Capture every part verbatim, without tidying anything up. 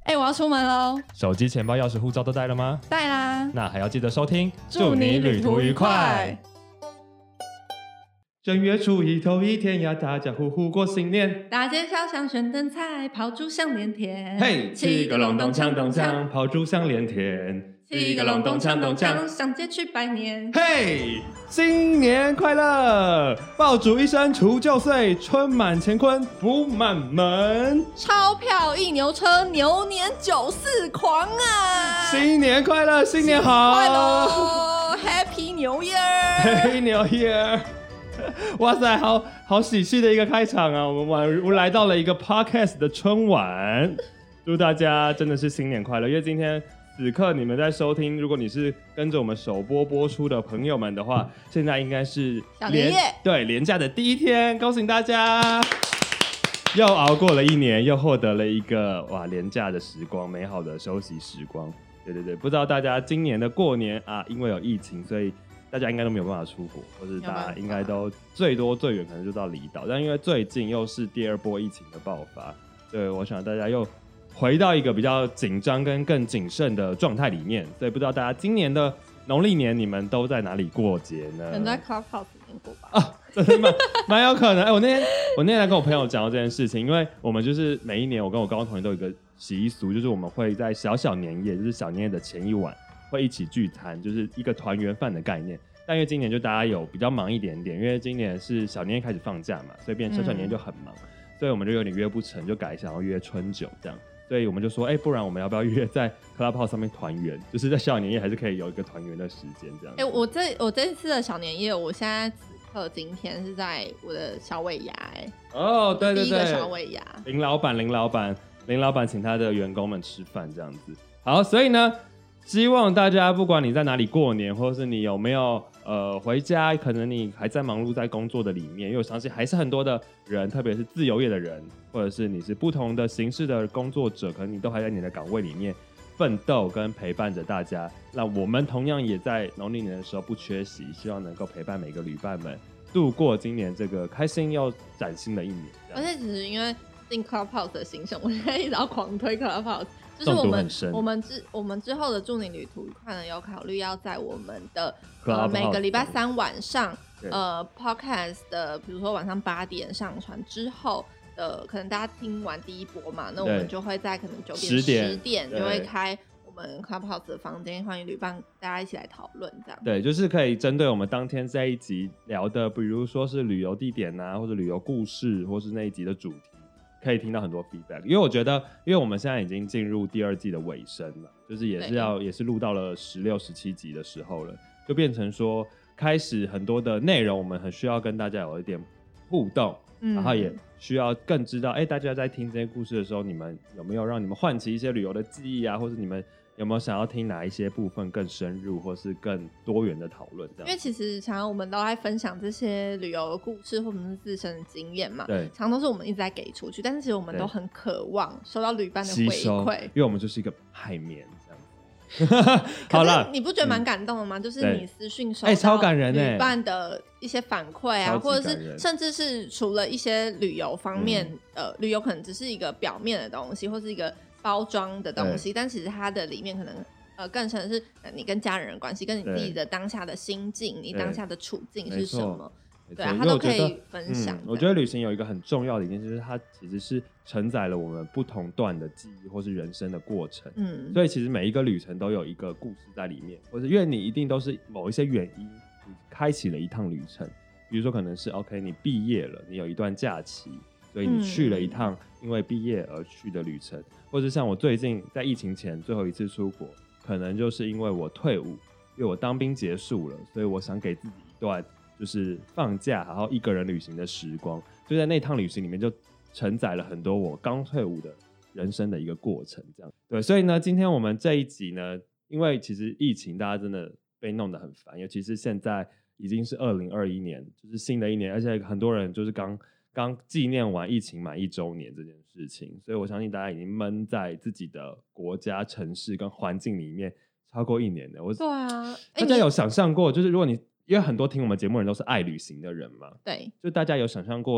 哎、欸，我要出门喽！ 手机、钱包、钥匙、护照都带了吗？ 带啦。 那还要记得收听， 祝你旅途愉快。 正月初一头一天呀，大家呼呼过新年。 大街小巷悬灯彩，炮竹响连天。 嘿，七个隆咚锵咚锵，炮竹响连天。 七个隆咚锵咚锵，上街去拜年。 嘿，新年快乐！爆竹一声除旧岁，春满乾坤福满门。 钞票一牛车，牛年九四狂啊！ 新年快乐，新年好！ 快乐 ，Happy New Year！Happy New Year！哇塞，好好喜气的一个开场啊！我们晚我们来到了一个 podcast 的春晚，祝大家真的是新年快乐！因为今天此刻你们在收听，如果你是跟着我们首播播出的朋友们的话，现在应该是小年夜， 对，连假的第一天，恭喜大家！又熬过了一年，又获得了一个哇连假的时光，美好的休息时光。对对对，不知道大家今年的过年啊，因为有疫情，所以大家应该都没有办法出国，或是大家应该都最多最远可能就到离岛，但因为最近又是第二波疫情的爆发，对，我想大家又回到一个比较紧张跟更谨慎的状态里面，所以不知道大家今年的农历年你们都在哪里过节呢？ 可能在 Clubhouse 里面过吧。 啊，真的蛮蛮有可能。哎、欸，我那天我那天来跟我朋友讲到这件事情，因为我们就是每一年我跟我高中同学都有一个习俗，就是我们会在小小年夜，就是小年夜的前一晚，会一起聚餐，就是一个团圆饭的概念。但因为今年就大家有比较忙一点点，因为今年是小年夜开始放假嘛，所以变成小小年夜就很忙、嗯，所以我们就有点约不成，就改想要约春酒这样。所以我们就说，哎、欸，不然我们要不要约在 Clubhouse 上面团圆？就是在小年夜还是可以有一个团圆的时间这样。 哎、欸，我这我这一次的小年夜，我现在此刻今天是在我的小尾牙，哎， 哦，对对对， 第一个小尾牙， 林老板，林老板，林老板请他的员工们吃饭这样子。好，所以呢，希望大家不管你在哪里过年，或者是你有没有呃回家，可能你还在忙碌在工作的里面，因为我相信还是很多的人，特别是自由业的人，或者是你是不同的形式的工作者，可能你都还在你的岗位里面奋斗跟陪伴着大家。那我们同样也在农历年的时候不缺席，希望能够陪伴每个旅伴们度过今年这个开心又崭新的一年。 而且其实因为进 Clubhouse 的行程，我现在一直要狂推 Clubhouse。就是我们我们之我们之后的祝你旅途愉快呢，有考虑要在我们的呃每个礼拜三晚上呃 podcast 的，比如说晚上八点上传之后的，可能大家听完第一波嘛，那我们就会在可能九点十点, 点就会开我们 Clubhouse 的房间，欢迎旅伴大家一起来讨论这样。 对，就是可以针对我们当天这一集聊的，比如说是旅游地点啊，或者旅游故事，或是那一集的主题。可以听到很多 feedback， 因为我觉得，因为我们现在已经进入第二季的尾声了，就是也是要也是录到了十六、十七集的时候了，就变成说开始很多的内容，我们很需要跟大家有一点互动，嗯、然后也需要更知道，哎、欸，大家在听这些故事的时候，你们有没有让你们唤起一些旅游的记忆啊，或者你们有没有想要听哪一些部分更深入或是更多元的讨论？因为其实常常我们都在分享这些旅游的故事或者是自身的经验嘛， 对， 常都是我们一直在给出去，但是其实我们都很渴望收到旅伴的回馈， 因为我们就是一个海绵这样子。好了， 你不觉得蛮感动的吗？嗯、就是你私讯收到旅伴的一些反馈啊，或者是甚至是除了一些旅游方面，嗯、呃，旅游可能只是一个表面的东西，或是一个包装的东西，但其实它的里面可能呃更深的是你跟家人的关系，跟你自己的当下的心境，你当下的处境是什么？对啊，它都可以分享、嗯。 我觉得旅行有一个很重要的一件事，就是它其实是承载了我们不同段的记忆或是人生的过程。嗯，所以其实每一个旅程都有一个故事在里面，或者因为你一定都是某一些原因，你开启了一趟旅程。比如说可能是 OK， 你毕业了，你有一段假期，所以你去了一趟因为毕业而去的旅程。嗯，或者像我最近在疫情前最后一次出国，可能就是因为我退伍，因为我当兵结束了，所以我想给自己一段就是放假然后一个人旅行的时光，就在那趟旅行里面就承载了很多我刚退伍的人生的一个过程这样。对，所以呢今天我们这一集呢，因为其实疫情大家真的被弄得很烦，尤其是现在已经是二零二一年，就是新的一年，而且很多人就是刚刚纪念完疫情满一周年这件事情，所以我相信大家已经闷在自己的国家、城市跟环境里面超过一年了。我对啊， 大家有想象过，就是如果你因为很多听我们节目的人都是爱旅行的人嘛， 对， 就大家有想象过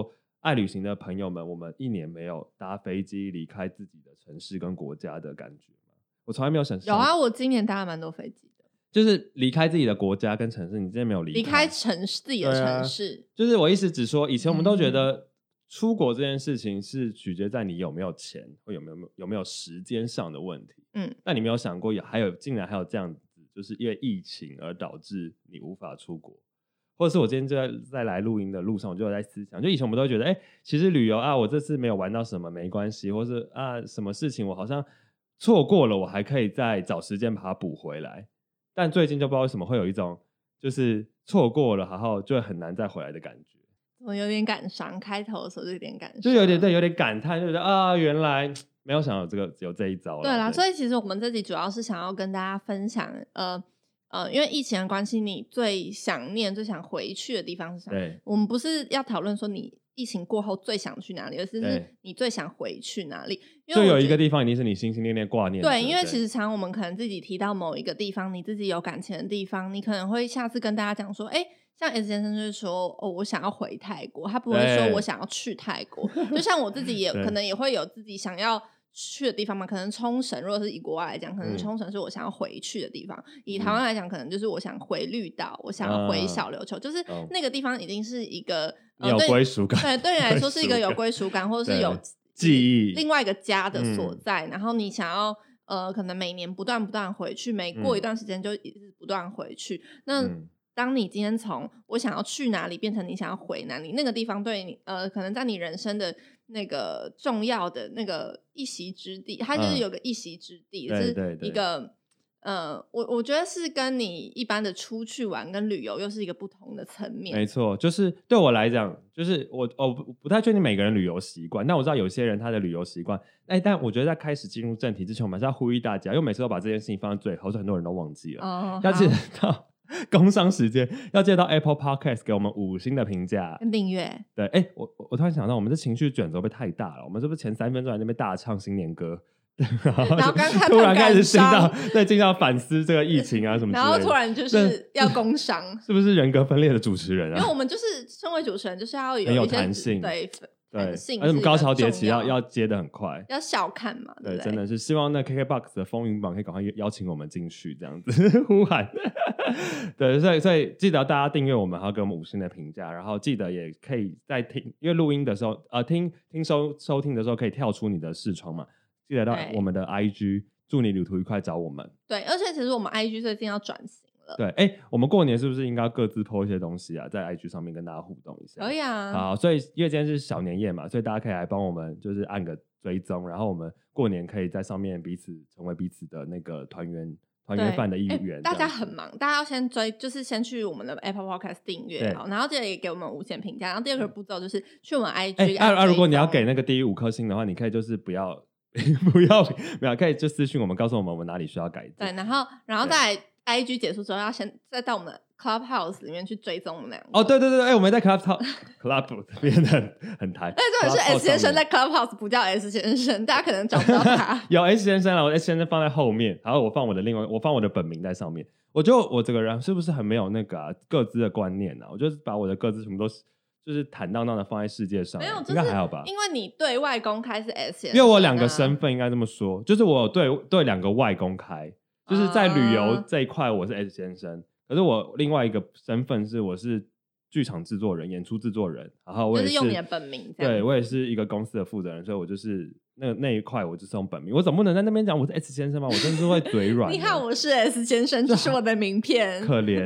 爱旅行的朋友们，我们一年没有搭飞机离开自己的城市跟国家的感觉吗？我从来没有想。 有啊，我今年搭了蛮多飞机的。 就是离开自己的国家跟城市，你之前没有离开。 离开城市自己的城市、 啊。就是我意思只说，以前我们都觉得出国这件事情是取决在你有没有钱或有没有有没有时间上的问题。嗯，但你没有想过有还有竟然还有这样子，就是因为疫情而导致你无法出国。或者是我今天就在在来录音的路上，我就在思想，就以前我们都觉得，哎、欸，其实旅游啊，我这次没有玩到什么没关系，或是啊什么事情我好像错过了，我还可以再找时间把它补回来。但最近就不知道为什么会有一种就是错过了，然后就很难再回来的感觉。 我有点感伤，开头的时候就有点感伤， 就有点对，有点感叹，就觉得啊，原来没有想到这个有这一招了。 对啦，对，所以其实我们这集主要是想要跟大家分享，呃呃，因为疫情的关系，你最想念、最想回去的地方是什么？对，我们不是要讨论说你疫情过后最想去哪里，而是是你最想回去哪里。因为就有一个地方一定是你心心念念挂念的。 对，因为其实常我们可能自己提到某一个地方，你自己有感情的地方，你可能会下次跟大家讲说，哎。像 S 先生就是说，哦，我想要回泰国，他不会说我想要去泰国。就像我自己也可能也会有自己想要去的地方嘛，可能冲绳，如果是以国外来讲，可能冲绳是我想要回去的地方。嗯、以台湾来讲，可能就是我想回绿岛，我想要回小琉球，嗯、就是那个地方已经是一个、 呃、有归属感， 对，对你来说是一个有归属感，或者是有记忆， 另外一个家的所在。嗯、然后你想要呃，可能每年不断不断回去，每过一段时间就一直不断回去。嗯、那、嗯当你今天从我想要去哪里变成你想要回哪里，那个地方对你呃，可能在你人生的那个重要的那个一席之地，它就是有个一席之地，嗯、是一个呃，我我觉得是跟你一般的出去玩跟旅游又是一个不同的层面。 没错，就是对我来讲，就是我我不太确定每个人旅游习惯，但我知道有些人他的旅游习惯，哎，但我觉得在开始进入正题之前，我们还是要呼吁大家，因为每次都把这件事情放在最后，所以很多人都忘记了，哦、要记得到。工商时间要接到 Apple Podcast 给我们五星的评价跟订阅。 对，哎、欸，我我突然想到，我们这情绪卷轴会不会太大了？我们是不是前三分钟在那边大唱新年歌， 然后刚突然开始进到对进到反思这个疫情啊什么之类的， 然后突然就是要工商， 是不是人格分裂的主持人啊？ 因为我们就是身为主持人，就是要有很有弹性， 对。 对，而且我们高潮迭起要要接得很快， 要笑看嘛，对, 对，真的是希望那 K K B O X 的风云榜可以赶快邀请我们进去，这样子呼喊。对，所以所以记得大家订阅我们，还要给我们五星的评价，然后记得也可以在听，因为录音的时候，呃，听听收收听的时候可以跳出你的视窗嘛，记得到我们的 I G， 祝你旅途愉快找我们。 对，而且其实我们 I G 最近要转型。 对，哎、欸，我们过年是不是应该各自 po 一些东西啊，在 I G 上面跟大家互动一下？ 可以啊。 好，所以因为今天是小年夜嘛，所以大家可以来帮我们，就是按个追踪，然后我们过年可以在上面彼此成为彼此的那个团圆团圆饭的一员、欸。 大家很忙，大家要先追，就是先去我们的 Apple Podcast 订阅好，然后记得也给我们五星评价。然后第二个步骤就是去我们 I G。 哎、欸，啊，如果你要给那个第一五颗星的话，你可以就是不要不要没有，可以就私讯我们，告诉我们我们哪里需要改进。 对，然后然后再。I G 结束之后，要先再到我们的 Clubhouse 里面去追踪我们两个。 哦，对对对，哎、欸，我们在 Clubhouse Club 变得很很台。 但这种是 S 先生在 Clubhouse 不叫 S 先生，大家可能找不到他。 有 S 先生了，我 S 先生放在后面，然后我放我的另外，我放我的本名在上面。我觉得我这个人是不是很没有那个、啊、各自的观念啊？我就是把我的各自全部都就是坦荡荡的放在世界上， 没有， 应该还好吧？ 因为你对外公开是 S 先生、啊， 因为我两个身份应该这么说，就是我对对两个外公开。就是在旅游这一块我是 S 先生，可是我另外一个身份是我是剧场制作人、演出制作人，然后我也是, 就是用你的本名这样， 对，我也是一个公司的负责人，所以我就是那那一块我就是用本名。我总不能在那边讲我是 S 先生吗？我真的是会嘴软。 你看我是 S 先生，这是我的名片。 可怜。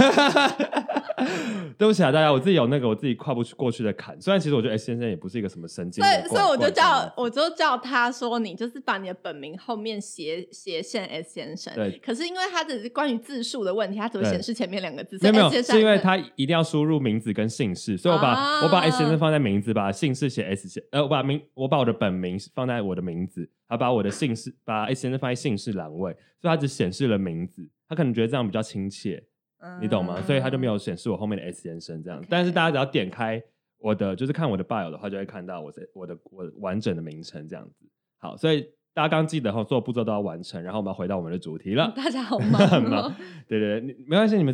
对不起啊，大家，我自己有那个我自己跨不过去的坎。虽然其实我觉得 S 先生也不是一个什么神经， 对，所以我就叫我就叫他说，你就是把你的本名后面斜斜线 S 先生。 对， 可是因为他只是关于字数的问题，他只会显示前面两个字。 没有没有，是因为他一定要输入名字跟姓氏，所以我把、啊、我把 S 先生放在名字，把姓氏写 S 先，呃，我把名我把我的本名放在我的名字，还把我的姓氏把 S 先生放在姓氏栏位，所以他只显示了名字，他可能觉得这样比较亲切。你懂吗？所以他就没有显示我后面的 S 先生这样， okay. 但是大家只要点开我的，就是看我的 bio 的话，就会看到我的我的我的完整的名称这样子。好，所以大家刚记得所有步骤都要完成，然后我们要回到我们的主题了。 大家好忙、哦， 很忙。对对对，没关系，你们只要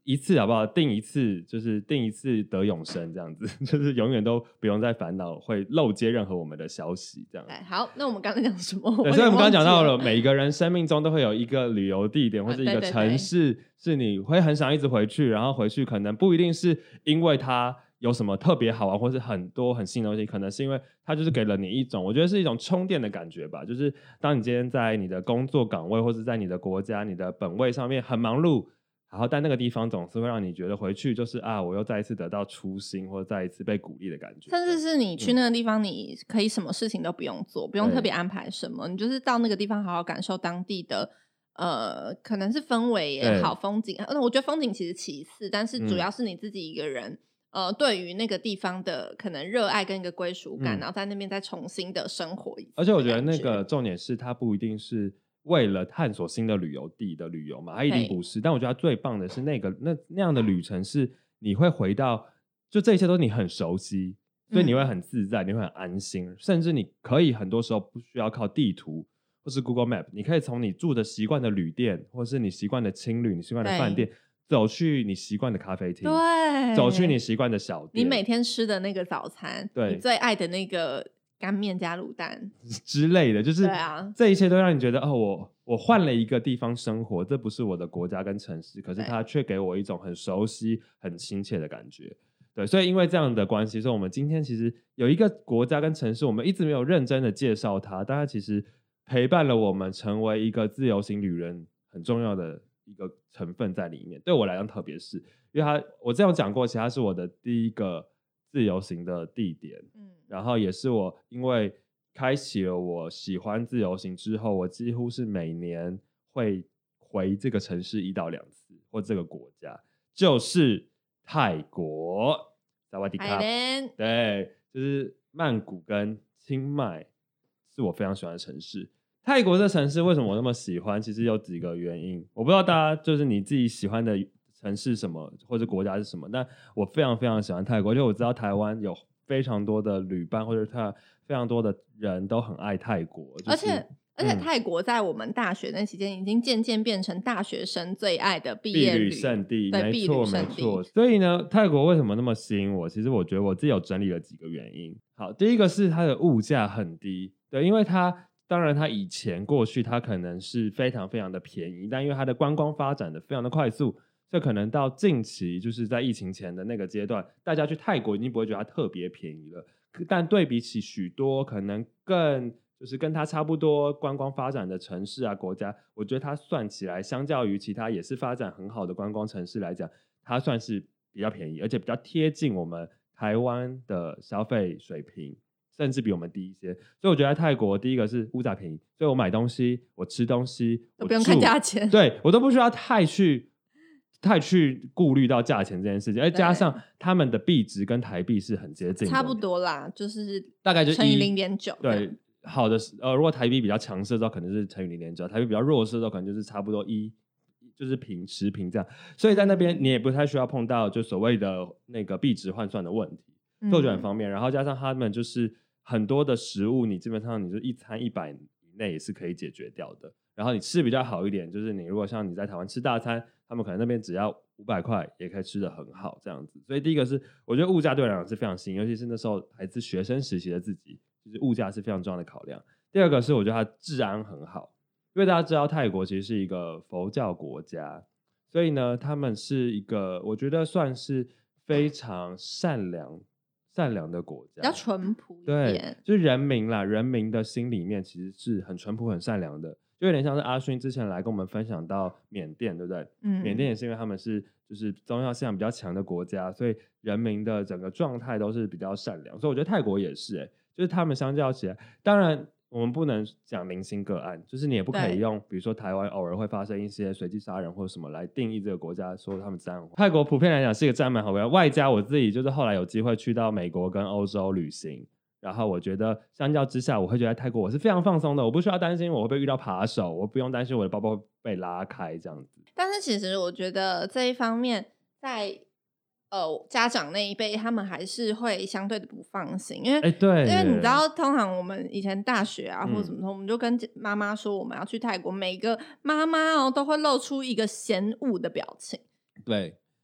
一次好不好？订一次就是订一次得永生这样子，就是永远都不用再烦恼会漏接任何我们的消息这样子。 好，那我们刚才讲什么？ 对，所以我们刚刚讲到了，每一个人生命中都会有一个旅游地点或者一个城市，是你会很想一直回去，然后回去可能不一定是因为它有什么特别好玩，或是很多很新的东西，可能是因为它就是给了你一种，我觉得是一种充电的感觉吧。就是当你今天在你的工作岗位，或是在你的国家、你的本位上面很忙碌。然后但那个地方总是会让你觉得回去就是啊，我又再一次得到初心，或者再一次被鼓励的感觉。 甚至是你去那个地方，你可以什么事情都不用做，嗯、不用特别安排什么，你就是到那个地方好好感受当地的呃，可能是氛围也好，风景。我觉得风景其实其次，但是主要是你自己一个人、嗯、呃，对于那个地方的可能热爱跟一个归属感、嗯，然后在那边再重新的生活一次。 而且我觉得那个重点是，它不一定是为了探索新的旅游地的旅游嘛，它一定不是。但我觉得它最棒的是那个那那样的旅程是你会回到，就这一切都你很熟悉，所以你会很自在，嗯、你会很安心，甚至你可以很多时候不需要靠地图或是 Google Map， 你可以从你住的习惯的旅店，或是你习惯的青旅、你习惯的饭店，走去你习惯的咖啡厅， 对，走去你习惯的小店， 你每天吃的那个早餐，对，你最爱的那个干面加卤蛋之类的，就是这一切都让你觉得哦，我我换了一个地方生活，这不是我的国家跟城市，可是它却给我一种很熟悉、很亲切的感觉。对，所以因为这样的关系，所以我们今天其实有一个国家跟城市，我们一直没有认真的介绍它，但它其实陪伴了我们成为一个自由行旅人很重要的一个成分在里面。对我来讲，特别是因为它，我这样讲过，其实它是我的第一个自由行的地点，嗯，然后也是我因为开启了我喜欢自由行之后，我几乎是每年会回这个城市一到两次，或这个国家，就是泰国。萨瓦迪卡，对，就是曼谷跟清迈是我非常喜欢的城市。泰国这城市为什么我那么喜欢？其实有几个原因，我不知道大家就是你自己喜欢的城市什么或者国家是什么，但我非常非常喜欢泰国，因为我知道台湾有非常多的旅伴或者他非常多的人都很爱泰国，就是、 而且而且泰国在我们大学那期间已经渐渐变成大学生最爱的毕业旅圣地，没错没错。所以呢，泰国为什么那么吸引我？其实我觉得我自己有整理了几个原因。好，第一个是它的物价很低，对，因为它当然它以前过去它可能是非常非常的便宜，但因为它的观光发展的非常的快速，所以可能到近期就是在疫情前的那个阶段，大家去泰国已经不会觉得它特别便宜了，但对比起许多可能更就是跟它差不多观光发展的城市啊国家，我觉得它算起来相较于其他也是发展很好的观光城市来讲，它算是比较便宜，而且比较贴近我们台湾的消费水平，甚至比我们低一些。所以我觉得在泰国第一个是物价便宜，所以我买东西我吃东西我不用看价钱， 对，我都不需要太去太去顾虑到价钱这件事情，而加上他们的币值跟台币是很接近的， 差不多啦，就是大概就乘以 零点九， 对，好的呃，如果台币比较强势的时候可能是乘以 零点九， 台币比较弱势的时候可能就是差不多一，就是平持平这样，所以在那边你也不太需要碰到就所谓的那个币值换算的问题，所以我觉得很方便、嗯、然后加上他们就是很多的食物你基本上你就一餐一百以内也是可以解决掉的，然后你吃比较好一点，就是你如果像你在台湾吃大餐，他们可能那边只要五百块也可以吃得很好这样子，所以第一个是我觉得物价对我来讲是非常吸引，尤其是那时候还是学生时期的自己，就是物价是非常重要的考量。第二个是我觉得它治安很好，因为大家知道泰国其实是一个佛教国家，所以呢他们是一个我觉得算是非常善良善良的国家， 比较淳朴一点，对，就是人民啦，人民的心里面其实是很淳朴很善良的，就有点像是阿勋之前来跟我们分享到缅甸，对不对？嗯，缅甸也是因为他们是就是宗教信仰比较强的国家，所以人民的整个状态都是比较善良，所以我觉得泰国也是、欸、就是他们相较起来，当然我们不能讲零星个案，就是你也不可以用比如说台湾偶尔会发生一些随机杀人或什么来定义这个国家说他们治安好。泰国普遍来讲是一个治安蛮好的，外加我自己就是后来有机会去到美国跟欧洲旅行，然后我觉得相较之下我会觉得泰国我是非常放松的，我不需要担心我会不会遇到扒手，我不用担心我的包包被拉开这样子。 但是其实我觉得这一方面在呃，家长那一辈他们还是会相对的不放心，因为、 欸、对， 因为你知道通常我们以前大学啊、嗯、或者什么，我们就跟妈妈说我们要去泰国，每个妈妈哦都会露出一个嫌恶的表情， 对，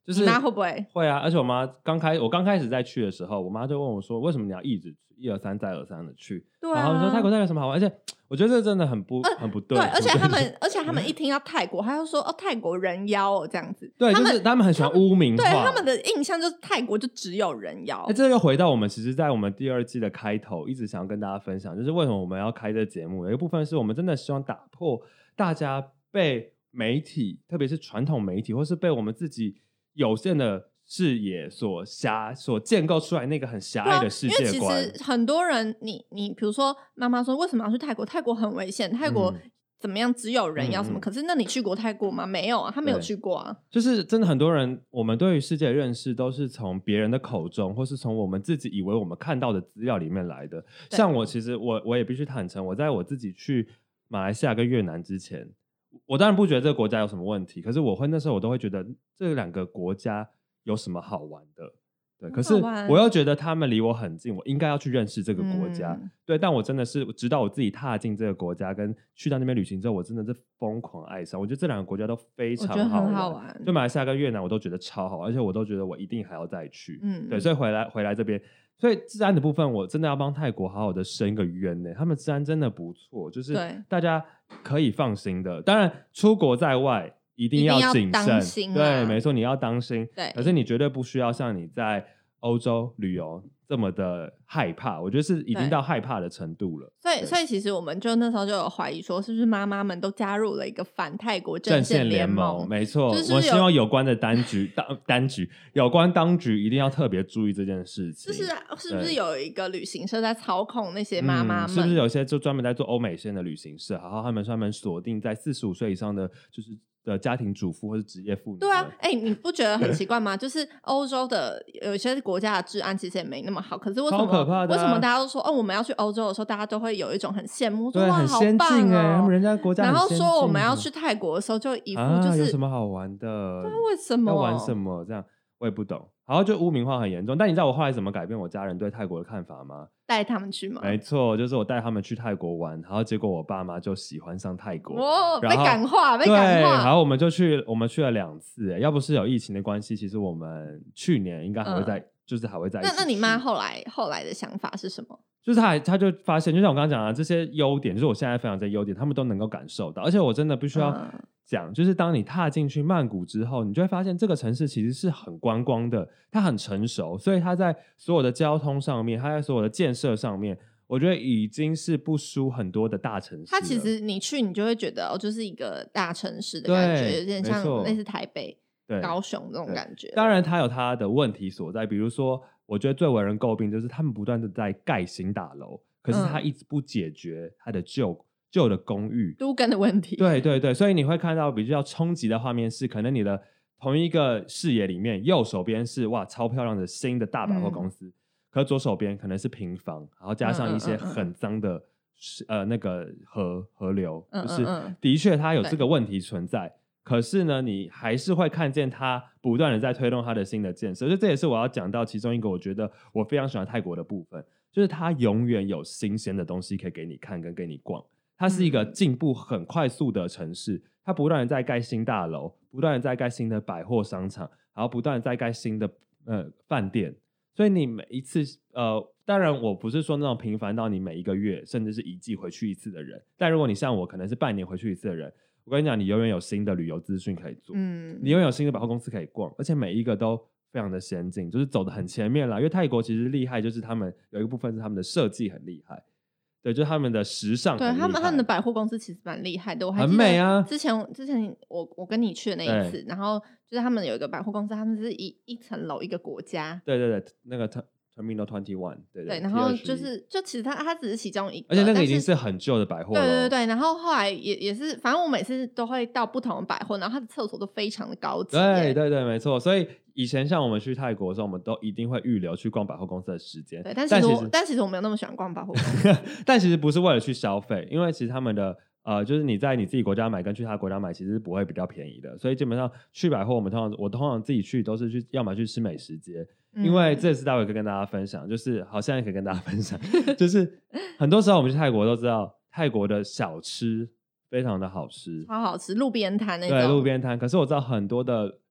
就是你妈会不会？ 会啊，而且我妈刚开我刚开始在去的时候，我妈就问我说，为什么你要一直一而三再而三的去？ 对啊， 然后说泰国到底有什么好玩？而且我觉得这真的很不、呃、很不对。 对，而且他们而且他们一听到泰国，他就说哦泰国人妖哦这样子。 对， 他们就是他们很喜欢污名化， 对他们的印象就是泰国就只有人妖。 哎，这又回到我们其实，在我们第二季的开头，一直想要跟大家分享，就是为什么我们要开这节目。有一部分是我们真的希望打破大家被媒体，特别是传统媒体，或是被我们自己有限的视野所狭所建构出来那个很狭隘的世界观。因为其实很多人，你你比如说妈妈说为什么要去泰国？泰国很危险，泰国怎么样？只有人妖什么？嗯、可是那你去过泰国吗？没有啊，他没有去过啊。 就是真的很多人，我们对于世界的认识都是从别人的口中，或是从我们自己以为我们看到的资料里面来的。像我其实我我也必须坦诚，我在我自己去马来西亚跟越南之前，我当然不觉得这个国家有什么问题，可是我会那时候我都会觉得这两个国家有什么好玩的？对，可是我又觉得他们离我很近，我应该要去认识这个国家。嗯、对，但我真的是直到我自己踏进这个国家，跟去到那边旅行之后，我真的是疯狂爱上。我觉得这两个国家都非常好玩， 很好玩。 就马来西亚跟越南，我都觉得超好玩，而且我都觉得我一定还要再去。嗯，对，所以回来回来这边，所以治安的部分，我真的要帮泰国好好的申一个冤呢。他们治安真的不错，就是大家可以放心的。当然，出国在外。一定要谨慎，对，没错，你要当心。对，可是你绝对不需要像你在欧洲旅游这么的害怕，我觉得是已经到害怕的程度了。 所以，所以其实我们就那时候就有怀疑说，是不是妈妈们都加入了一个反泰国阵线联盟？ 没错，就是、我希望有关的单局、当单局、有关当局一定要特别注意这件事情。 就是是不是有一个旅行社在操控那些妈妈们？ 嗯、是不是有些就专门在做欧美线的旅行社，然后他们专门锁定在四十五岁以上的，就是。的家庭主妇或是职业妇女。 对啊，哎、欸，你不觉得很奇怪吗？就是欧洲的有一些国家的治安其实也没那么好，可是为什么、 超可怕的啊、 为什么大家都说哦，我们要去欧洲的时候，大家都会有一种很羡慕，说对， 哇， 很先进哎、欸，他们人家国家很先进。 然后说我们要去泰国的时候，就一副就是、啊、 有什么好玩的？ 对，为什么要玩什么？这样我也不懂。然后就污名化很严重，但你知道我后来怎么改变我家人对泰国的看法吗？ 带他们去吗？ 没错，就是我带他们去泰国玩，然后结果我爸妈就喜欢上泰国， 哦，被感化，被感化。 然后我们就去，我们去了两次，要不是有疫情的关系，其实我们去年应该还会在，嗯、就是还会在一起。 那那你妈后来后来的想法是什么？ 就是他，他就发现，就像我刚刚讲的这些优点，就是我现在分享这些优点，他们都能够感受到。而且我真的必须要讲，嗯、就是当你踏进去曼谷之后，你就会发现这个城市其实是很观光的，它很成熟，所以它在所有的交通上面，它在所有的建设上面，我觉得已经是不输很多的大城市。 它其实你去，你就会觉得哦，就是一个大城市的感觉，有点像类似台北、高雄这种感觉。 当然，它有它的问题所在，比如说。我觉得最为人诟病就是他们不断的在盖新大楼，可是他一直不解决他的旧、嗯、旧的公寓都更的问题。 对对对，所以你会看到比较冲击的画面是，可能你的同一个视野里面，右手边是哇超漂亮的新的大百货公司，嗯、可是左手边可能是平房，然后加上一些很脏的、嗯嗯嗯、呃那个河河流，嗯嗯嗯就是的确它有这个问题存在。可是呢，你还是会看见它不断的在推动它的新的建设，所以这也是我要讲到其中一个我觉得我非常喜欢泰国的部分，就是它永远有新鲜的东西可以给你看跟给你逛。它是一个进步很快速的城市，它不断的在盖新大楼，不断的在盖新的百货商场，然后不断的在盖新的呃饭店。所以你每一次呃，当然我不是说那种频繁到你每一个月甚至是一季回去一次的人，但如果你像我可能是半年回去一次的人，我跟你讲，你永远有新的旅游资讯可以做，嗯，你永远有新的百货公司可以逛，而且每一个都非常的先进，就是走得很前面啦。因为泰国其实厉害，就是他们有一个部分是他们的设计很厉害，对，就是他们的时尚很厉害， 对他们他们的百货公司其实蛮厉害的，我还很美啊。 之前之前我我跟你去的那一次，然后就是他们有一个百货公司，他们是一一层楼一个国家， 对对对，那个Terminal 二十一，对对, 对，然后就是就其实它它只是其中一个， 而且那个已经是很旧的百货了。 对对对，然后后来也也是，反正我每次都会到不同的百货，然后它的厕所都非常的高级。 对对对，没错。所以以前像我们去泰国的时候，我们都一定会预留去逛百货公司的时间。 对，但其实我但其实但其实我没有那么喜欢逛百货公司， 但其实不是为了去消费，因为其实他们的。呃，就是你在你自己国家买跟去他国家买其实是不会比较便宜的，所以基本上去百货我们通常我通常自己去都是去要么去吃美食街，嗯、因为这次待会可以跟大家分享，就是好现在可以跟大家分享，就是很多时候我们去泰国都知道泰国的小吃非常的好吃， 超好吃，路边摊那种， 对，路边摊。可是我知道很多的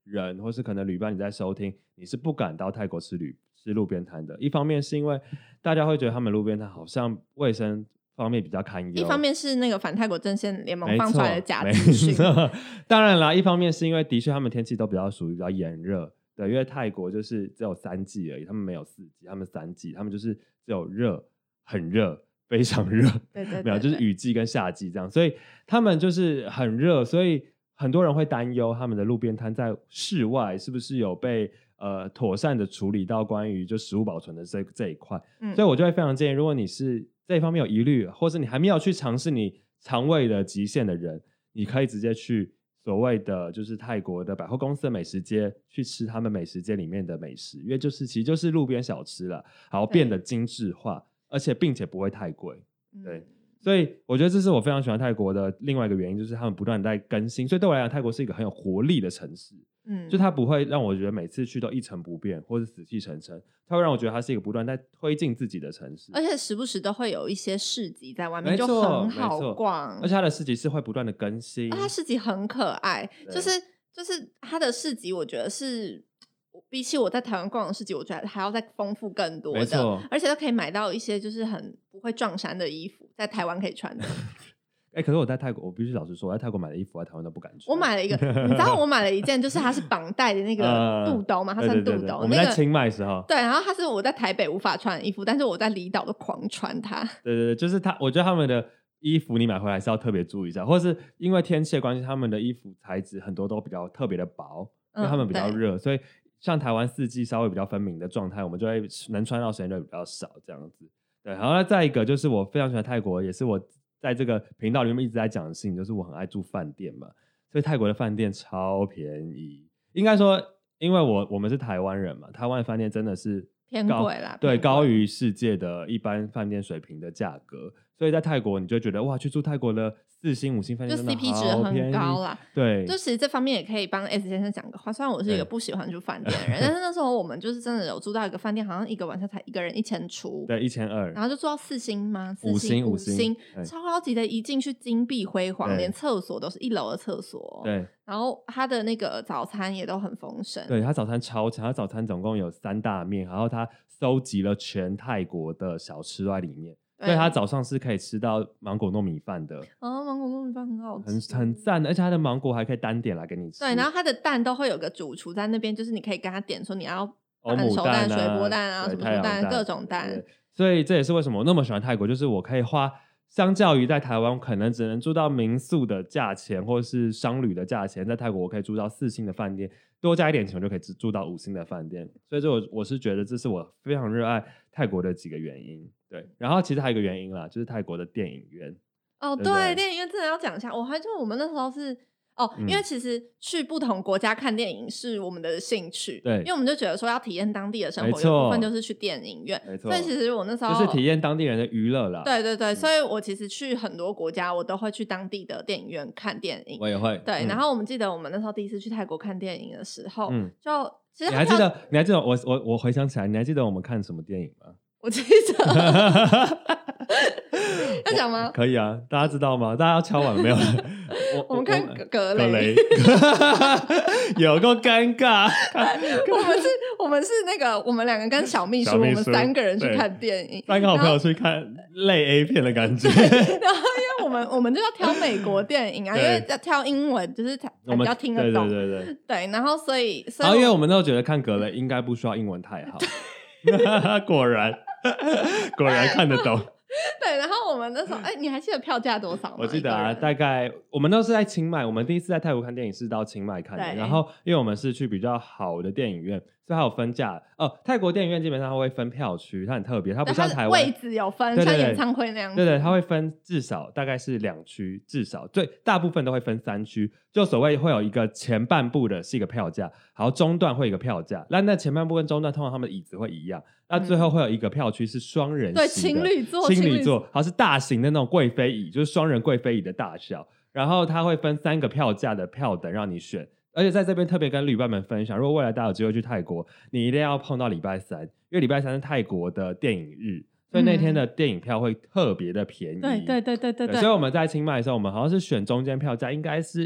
人或是可能旅伴你在收听，你是不敢到泰国吃旅吃路边摊的。一方面是因为大家会觉得他们路边摊好像卫生方面比较堪忧， 一方面是那个反泰国阵线联盟放出来的假资讯， 当然啦，一方面是因为的确他们天气都比较属于比较炎热，对，因为泰国就是只有三季而已，他们没有四季，他们三季，他们就是只有热、很热、非常热， 对 对, 对, 对， 没有就是雨季跟夏季这样，所以他们就是很热，所以很多人会担忧他们的路边摊在室外是不是有被呃妥善的处理到关于就食物保存的这这一块、嗯，所以我就会非常建议，如果你是这一方面有疑虑，或是你还没有去尝试你肠胃的极限的人，你可以直接去所谓的就是泰国的百货公司的美食街去吃他们美食街里面的美食，因为就是其实就是路边小吃了，然后变得精致化，而且并且不会太贵，对、嗯，所以我觉得这是我非常喜欢泰国的另外一个原因，就是他们不断的在更新，所以对我来讲泰国是一个很有活力的城市，嗯，就它不会让我觉得每次去都一成不变或是死气沉沉，它会让我觉得它是一个不断在推进自己的城市， 而且时不时都会有一些市集在外面，就很好逛， 而且它的市集是会不断的更新， 它市集很可爱，就是就是它的市集我觉得是比起我在台湾逛的市集我觉得还要再丰富更多的，而且都可以买到一些就是很不会撞衫的衣服，在台湾可以穿的哎、欸，可是我在泰国，我必须老实说，我在泰国买的衣服，在台湾都不敢穿。 我买了一个，你知道我买了一件，就是它是绑带的那个肚兜嘛，它算肚兜。 对对对对，我们在清迈的时候、那個，对，然后它是我在台北无法穿的衣服，但是我在离岛都狂穿它。 对对对，就是它，我觉得他们的衣服你买回来是要特别注意一下，或是因为天气的关系，他们的衣服材质很多都比较特别的薄，因为他们比较热、嗯，所以像台湾四季稍微比较分明的状态，我们就会能穿到时间就比较少这样子。对，然后再一个就是我非常喜欢泰国，也是我在这个频道里面一直在讲的事情，就是我很爱住饭店嘛，所以泰国的饭店超便宜。应该说，因为我我们是台湾人嘛，台湾的饭店真的是偏贵啦， 对，高于世界的一般饭店水平的价格，所以在泰国你就觉得哇，去住泰国的四星五星饭店真的好便宜，就 C P 值很高啦。 对，就其实这方面也可以帮 S 先生讲个话。虽然我是一个不喜欢住饭店的人，但是那时候我们就是真的有住到一个饭店，好像一个晚上才一个人一千出， 对，一千二， 然后就住到四星吗？四五星， 五星，超高级的，一进去金碧辉煌，连厕所都是一楼的厕所。 对， 然后他的那个早餐也都很丰盛。 对，他早餐超强，他早餐总共有三大面，然后他收集了全泰国的小吃都在里面。所以他早上是可以吃到芒果糯米饭的哦，芒果糯米饭很好吃， 很很赞的，而且他的芒果还可以单点来给你吃。 对，然后他的蛋都会有个主厨在那边，就是你可以跟他点说你要半熟蛋、水波蛋啊、什么什么蛋、各种蛋。 所以这也是为什么我那么喜欢泰国，就是我可以花相较于在台湾可能只能住到民宿的价钱或是商旅的价钱，在泰国我可以住到四星的饭店，多加一点钱我就可以住到五星的饭店。所以这我我是觉得这是我非常热爱泰国的几个原因。对，然后其实还有一个原因啦，就是泰国的电影院。 哦， 对, 对，电影院真的要讲一下。我还记得我们那时候是哦、嗯，因为其实去不同国家看电影是我们的兴趣，对，因为我们就觉得说要体验当地的生活，有部分就是去电影院，没错。所以其实我那时候就是体验当地人的娱乐啦。 对对对、嗯，所以我其实去很多国家，我都会去当地的电影院看电影。 我也会。 对， 嗯、 然后我们记得我们那时候第一次去泰国看电影的时候，嗯，就其实你还记得？你还记得我我我回想起来，你还记得我们看什么电影吗？ 我记得。要讲吗？ 可以啊，大家知道吗？大家要敲碗没有？ 我, 我们看格雷， 格雷有够尴尬。 我们是，我们是那个，我们两个跟小秘书，我们三个人去看电影， 三个好朋友去看类 A 片的感觉。 然后，因为我们我们就要挑美国电影啊，因为要挑英文，就是才比较听得懂。 对对对对。 对，然后所以，所以然后因为我们都觉得看格雷应该不需要英文太好，果然果然看得懂。 对，然后我们那时候，哎，你还记得票价多少吗？ 我记得啊，大概我们都是在清迈，我们第一次在泰国看电影是到清迈看的。然后，因为我们是去比较好的电影院，所以它有分价。哦，泰国电影院基本上它会分票区，它很特别，它不像台湾位置有分，对对对，像演唱会那样子。 对对，它会分至少大概是两区，至少最大部分都会分三区。就所谓会有一个前半部的是一个票价，然后中段会有一个票价。那那前半部跟中段通常他们的椅子会一样。那最后会有一个票区是双人席的， 对，情侣座， 情侣座，好，是大型的那种贵妃椅，就是双人贵妃椅的大小。然后它会分三个票价的票等让你选，而且在这边特别跟旅伴们分享，如果未来大家有机会去泰国，你一定要碰到礼拜三，因为礼拜三是泰国的电影日，所以那天的电影票会特别的便宜。 对对对对对对。 所以我们在清迈的时候，我们好像是选中间票价，应该是一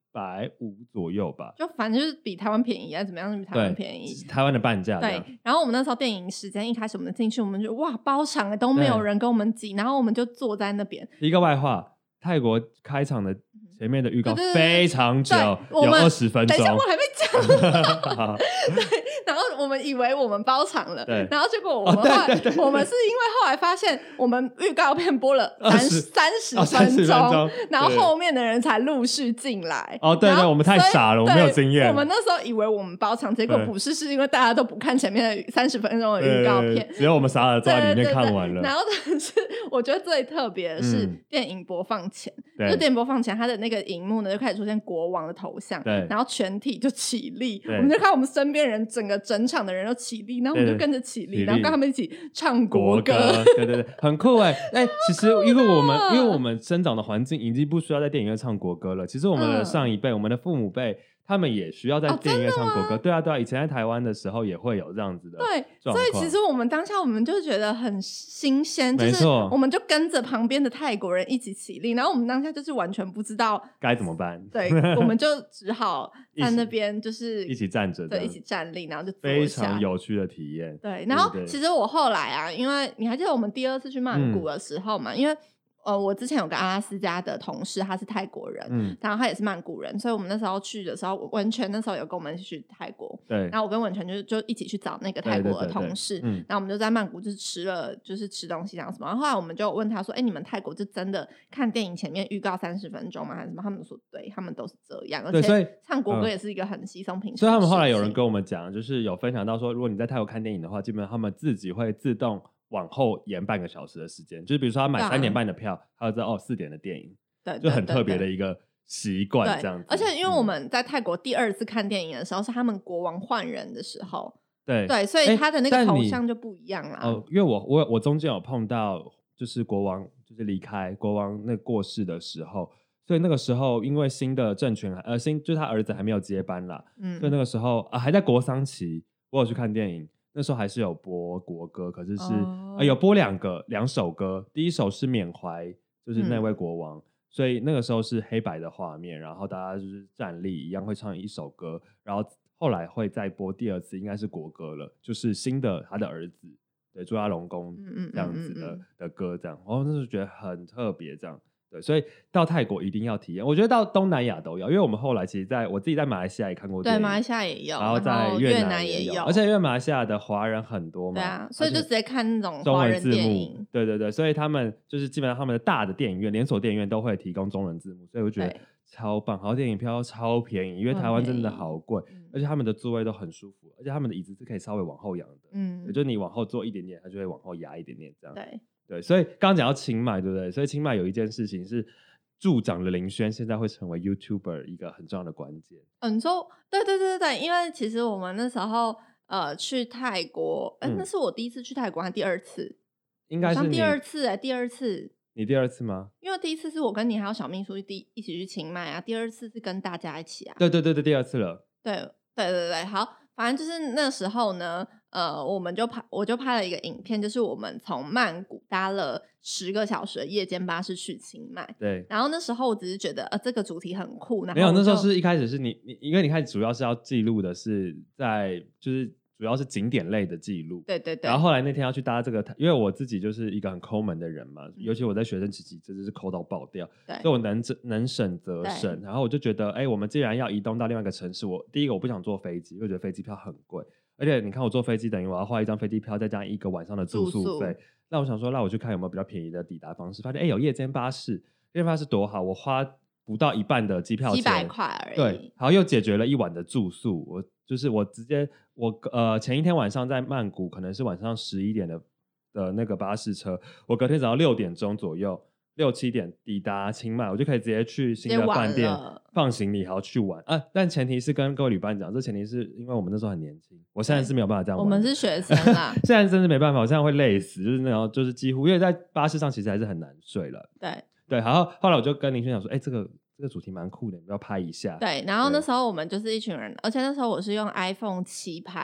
百五左右吧， 就反正就是比台湾便宜啊，怎么样比台湾便宜？ 台湾的半价。 对，然后我们那时候电影时间一开始我们进去，我们就哇包场都没有人跟我们挤，然后我们就坐在那边。 一个外话，泰国开场的前面的预告非常久，有二十分钟。 等一下，我还没讲。对，然后我们以为我们包场了，然后结果我们后来、哦、对对对对我们是因为后来发现我们预告片播了三十分钟，然后后面的人才陆续进来。 哦，对对，我们太傻了，我没有经验。 我们那时候以为我们包场，结果不是，是因为大家都不看前面的三十分钟的预告片， 只有我们傻了坐在里面看完了。 对对对对，然后但是我觉得最特别的是电影播放前，嗯、就电影播放前，它的那个荧幕呢就开始出现国王的头像，然后全体就起立，我们就看我们身边人整个整场的人都起立，然后我们就跟着起立，然后跟他们一起唱国歌。 国歌对对对，很酷哎！哎，其实因为我们因为我们生长的环境已经不需要在电影院唱国歌了，其实我们的上一辈、嗯、我们的父母辈他们也需要在电影院唱国歌、哦、对啊对啊，以前在台湾的时候也会有这样子的对，所以其实我们当下我们就觉得很新鲜，就是我们就跟着旁边的泰国人一起起立，然后我们当下就是完全不知道该怎么办， 对我们就只好在那边就是一起站着， 对，一起站立，然后就坐下， 非常有趣的体验。 对，然后其实我后来啊，因为你还记得我们第二次去曼谷的时候嘛、嗯、因为呃，我之前有个阿拉斯加的同事，他是泰国人，嗯，然后他也是曼谷人，所以我们那时候去的时候，文泉那时候有跟我们去泰国， 对， 然后我跟文泉就就一起去找那个泰国的同事，对对对对，嗯，然后我们就在曼谷就是吃了，就是吃东西然后什么，然后后来我们就问他说，哎，你们泰国就真的看电影前面预告三十分钟吗？还是什么？他们说对，他们都是这样，而且唱国歌也是一个很稀松平常的事情、嗯、 所以他们后来有人跟我们讲，就是有分享到说，如果你在泰国看电影的话，基本上他们自己会自动往后延半个小时的时间，就是比如说他买三点半的票，他就知道哦四点的电影，对，就很特别的一个习惯这样子。 而且因为我们在泰国第二次看电影的时候、嗯、是他们国王换人的时候， 对对，所以他的那个头像就不一样啦。 哦，因为我我我中间有碰到，就是国王就是离开国王那过世的时候，所以那个时候因为新的政权呃新就是他儿子还没有接班啦，嗯，所以那个时候啊还在国丧期，我有去看电影。那时候还是有播国歌，可是是、oh. 呃、有播两个两首歌，第一首是缅怀就是那位国王、嗯、所以那个时候是黑白的画面，然后大家就是站立一样会唱一首歌，然后后来会再播第二次应该是国歌了，就是新的他的儿子对朱家隆功这样子的、嗯嗯嗯嗯、的歌这样，然后那时候觉得很特别这样。对，所以到泰国一定要体验，我觉得到东南亚都要，因为我们后来其实在我自己在马来西亚也看过电影， 对，马来西亚也有， 然后在越南也 有, 也有而且因为马来西亚的华人很多嘛， 对啊，所以就直接看那种华人电影， 中文字幕，对对对，所以他们就是基本上他们的大的电影院连锁电影院都会提供中文字幕，所以我觉得超棒，好，电影票超便宜，因为台湾真的好贵、嗯、而且他们的座位都很舒服，而且他们的椅子是可以稍微往后仰的，嗯，也就是你往后坐一点点它就会往后压一点点这样， 对对，所以刚刚讲到清迈对不对，所以清迈有一件事情是助长了林轩现在会成为 YouTuber 一个很重要的关键。 嗯，你说对对对对，因为其实我们那时候呃去泰国，哎、嗯，那是我第一次去泰国还是第二次？ 应该是你第二次哎、欸，第二次。 你第二次吗？ 因为第一次是我跟你还有小秘书第一起去清迈啊，第二次是跟大家一起啊。 对对对对，第二次了。 对对对对，好，反正就是那时候呢。呃，我们就拍，我就拍了一个影片，就是我们从曼谷搭了十个小时的夜间巴士去清迈。 对。 然后那时候我只是觉得，呃，这个主题很酷。然后没有，那时候是一开始是你你，因为你看主要是要记录的是在就是主要是景点类的记录。 对对对。 然后后来那天要去搭这个，因为我自己就是一个很抠门的人嘛，嗯、尤其我在学生时期，真的是抠到爆掉。对。所以我能能省则省。然后我就觉得，哎，我们既然要移动到另外一个城市，我第一个我不想坐飞机，因为我觉得飞机票很贵。而且你看我坐飞机等于我要花一张飞机票再加一个晚上的住宿费，那我想说那我去看有没有比较便宜的抵达方式，发现哎有夜间巴士，夜间巴士多好，我花不到一半的机票钱， 几百块而已， 对，然后又解决了一晚的住宿，我就是我直接我呃前一天晚上在曼谷可能是晚上十一点的的那个巴士车，我隔天早上六点钟左右六七点抵达清迈，我就可以直接去新的饭店放行李，还要去玩啊！但前提是跟各位旅伴讲，这前提是因为我们那时候很年轻，我现在是没有办法这样玩。 我们是学生啦， 现在真是没办法，我现在会累死，就是那种就是几乎因为在巴士上其实还是很难睡了。 对对，然后后来我就跟林轩讲说，哎、欸，这个这个主题蛮酷的，你要拍一下。 对，然后那时候我们就是一群人，而且那时候我是用 iPhone 七拍。